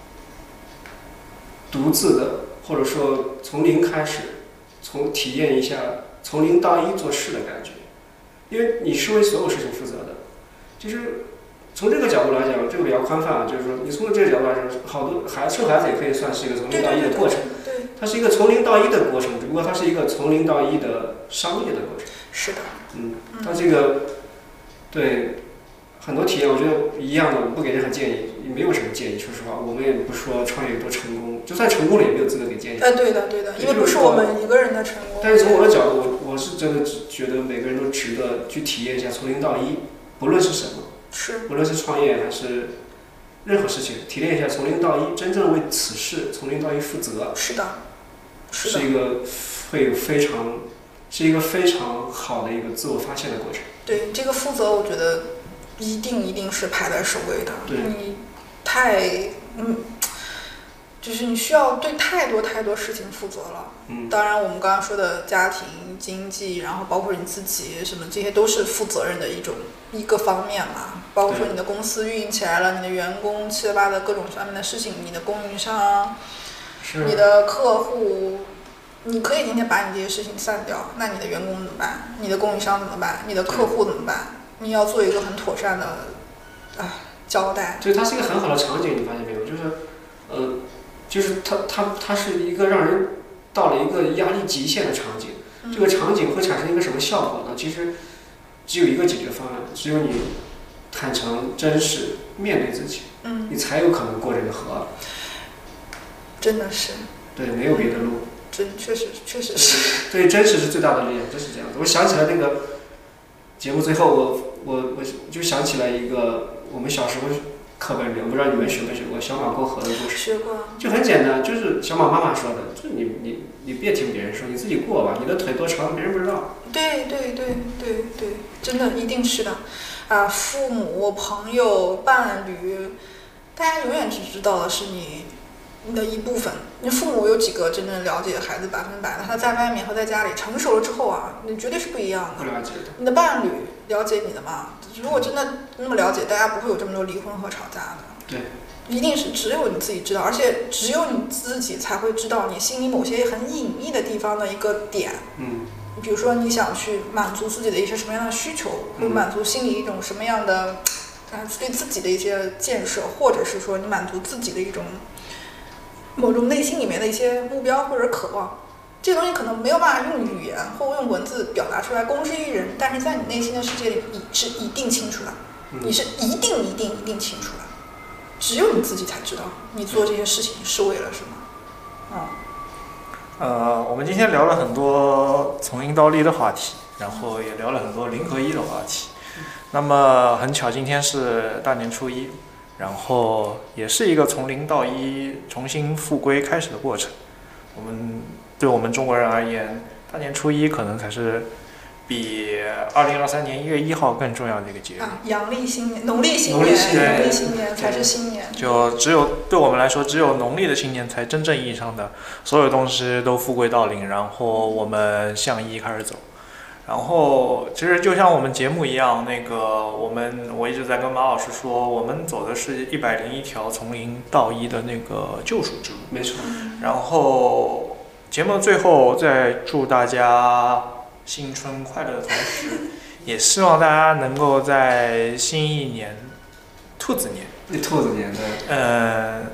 独自的，或者说从零开始，体验一下从0到1做事的感觉。因为你是为所有事情负责的，就是从这个角度来讲，这个比较宽泛，就是说你从这个角度来讲，好多生孩子也可以算是一个从0到1的过程，它是一个从0到1的过程，只不过它是一个从0到1的商业的过程。 是的。 它这个对很多体验，我觉得一样的，我不给任何建议，也没有什么建议。说实话，我们也不说创业有多成功，就算成功了，也没有资格给建议。 对的，因为不是我们一个人的成功。 但是从我的角度，我是真的觉得每个人都值得去体验一下从0到1，不论是什么，不论是创业还是任何事情，体验一下从0到1，真正为此事从0到1负责。 是的。 是一个非常好的一个自我发现的过程。 对，这个负责我觉得一定是排在首位的。 对。 你就是你需要对太多事情负责了。当然我们刚刚说的家庭、经济，然后包括你自己什么，这些都是负责任的一个方面嘛。包括说你的公司运营起来了，你的员工7、8的各种方面的事情，你的供应商，你的客户， 你可以今天把你这些事情散掉，那你的员工怎么办？你的供应商怎么办？你的客户怎么办？你要做一个很妥善的交代。 对，它是一个很好的场景，你发现没有？就是它是一个让人到了一个压力极限的场景。这个场景会产生一个什么效果呢？其实只有一个解决方案，只有你坦诚、真实面对自己，你才有可能过这个河。 真的是。 对，没有别的路。 确实是。 对，真实是最大的力量，真是这样子。我想起来那个节目最后，我就想起来一个我们小时候课本里，我不知道你们学没学过小马过河的故事。 学过。就很简单，就是小马妈妈说的，就你别听别人说，你自己过吧，你的腿多长别人不知道。 对，真的一定是的。父母、朋友、伴侣，大家永远只知道的是你的一部分。你父母有几个真正了解孩子100%的？他在外面和在家里成熟了之后你绝对是不一样的。 不了解的。 你的伴侣了解你的吗？如果真的那么了解，大家不会有这么多离婚和吵架的。 对。 一定是只有你自己知道，而且只有你自己才会知道你心里某些很隐秘的地方的一个点。比如说你想去满足自己的一些什么样的需求，会满足心里一种什么样的对自己的一些建设，或者是说你满足自己的一种某种内心里面的一些目标或者渴望。这个东西可能没有办法用语言或用文字表达出来公之于人，但是在你内心的世界里你是一定清楚的，你是一定清楚的，只有你自己才知道你做这些事情是为了什么。 我们今天聊了很多从因到利的话题，然后也聊了很多0和1的话题。那么很巧，今天是大年初一，然后也是一个从0到1重新复归开始的过程。对我们中国人而言，大年初一可能才是比2023年1月1号更重要的一个节日。 阳历新年、农历新年才是新年。 就对我们来说，只有农历的新年才真正意义上的所有东西都复归到0，然后我们向1开始走。然后其实就像我们节目一样，我一直在跟马老师说，我们走的是101条从0到1的那个救赎之路。 没错。 然后节目最后再祝大家新春快乐的同时，也希望大家能够在新一年，兔子年，对，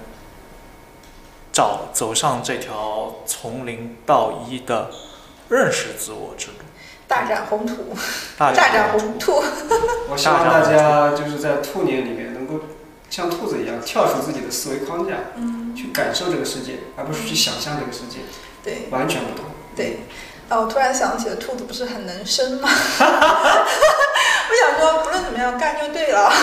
走上这条从0到1的认识自我之路。 大展宏图，大展宏图。 我希望大家就是在兔年里面能够像兔子一样跳出自己的思维框架，去感受这个世界，而不是去想象这个世界。 对， 完全不同。 对。我突然想起了，兔子不是很能生吗？我想说，不论怎么样干就对了。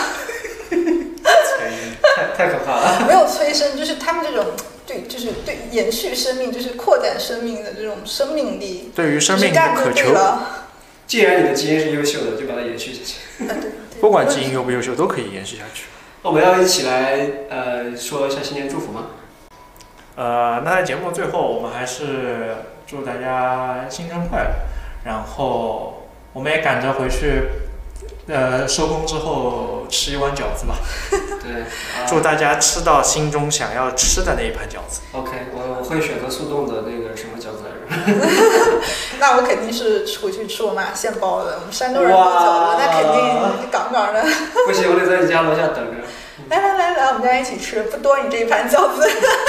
太可怕了。 没有催生，就是他们这种就是对延续生命，就是扩展生命的这种生命力， 对于生命的渴求。 既然你的基因是优秀的，就把它延续下去。 不管基因优不优秀，都可以延续下去。 我们要一起来说一下新年祝福吗？ 那在节目最后，我们还是祝大家新春快乐，然后我们也赶着回去，收工之后吃一碗饺子吧。 对， 祝大家吃到心中想要吃的那一盘饺子。 OK， 我会选择速冻的那个什么饺子来着？ 那我肯定是回去吃我妈现包的，我们山东人包饺子，那肯定杠杠的。 不行，我得在你家楼下等着。 来，我们家一起吃，不多你这一盘饺子。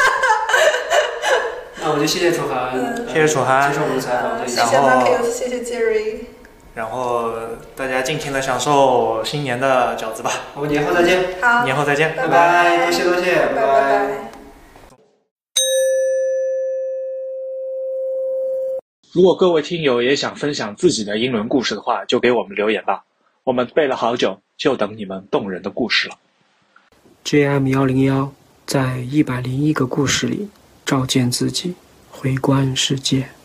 那我就谢谢楚涵， 谢谢楚涵接受我们的采访， 谢谢 Marcus， 谢谢 Jerry。 然后大家尽情的享受新年的饺子吧。 我们年后再见。 好， 年后再见， 拜拜，多谢，拜拜。 如果各位听友也想分享自己的英伦故事的话，就给我们留言吧。我们背了好久，就等你们动人的故事了。 JM101在101个故事里照见自己，回观世界。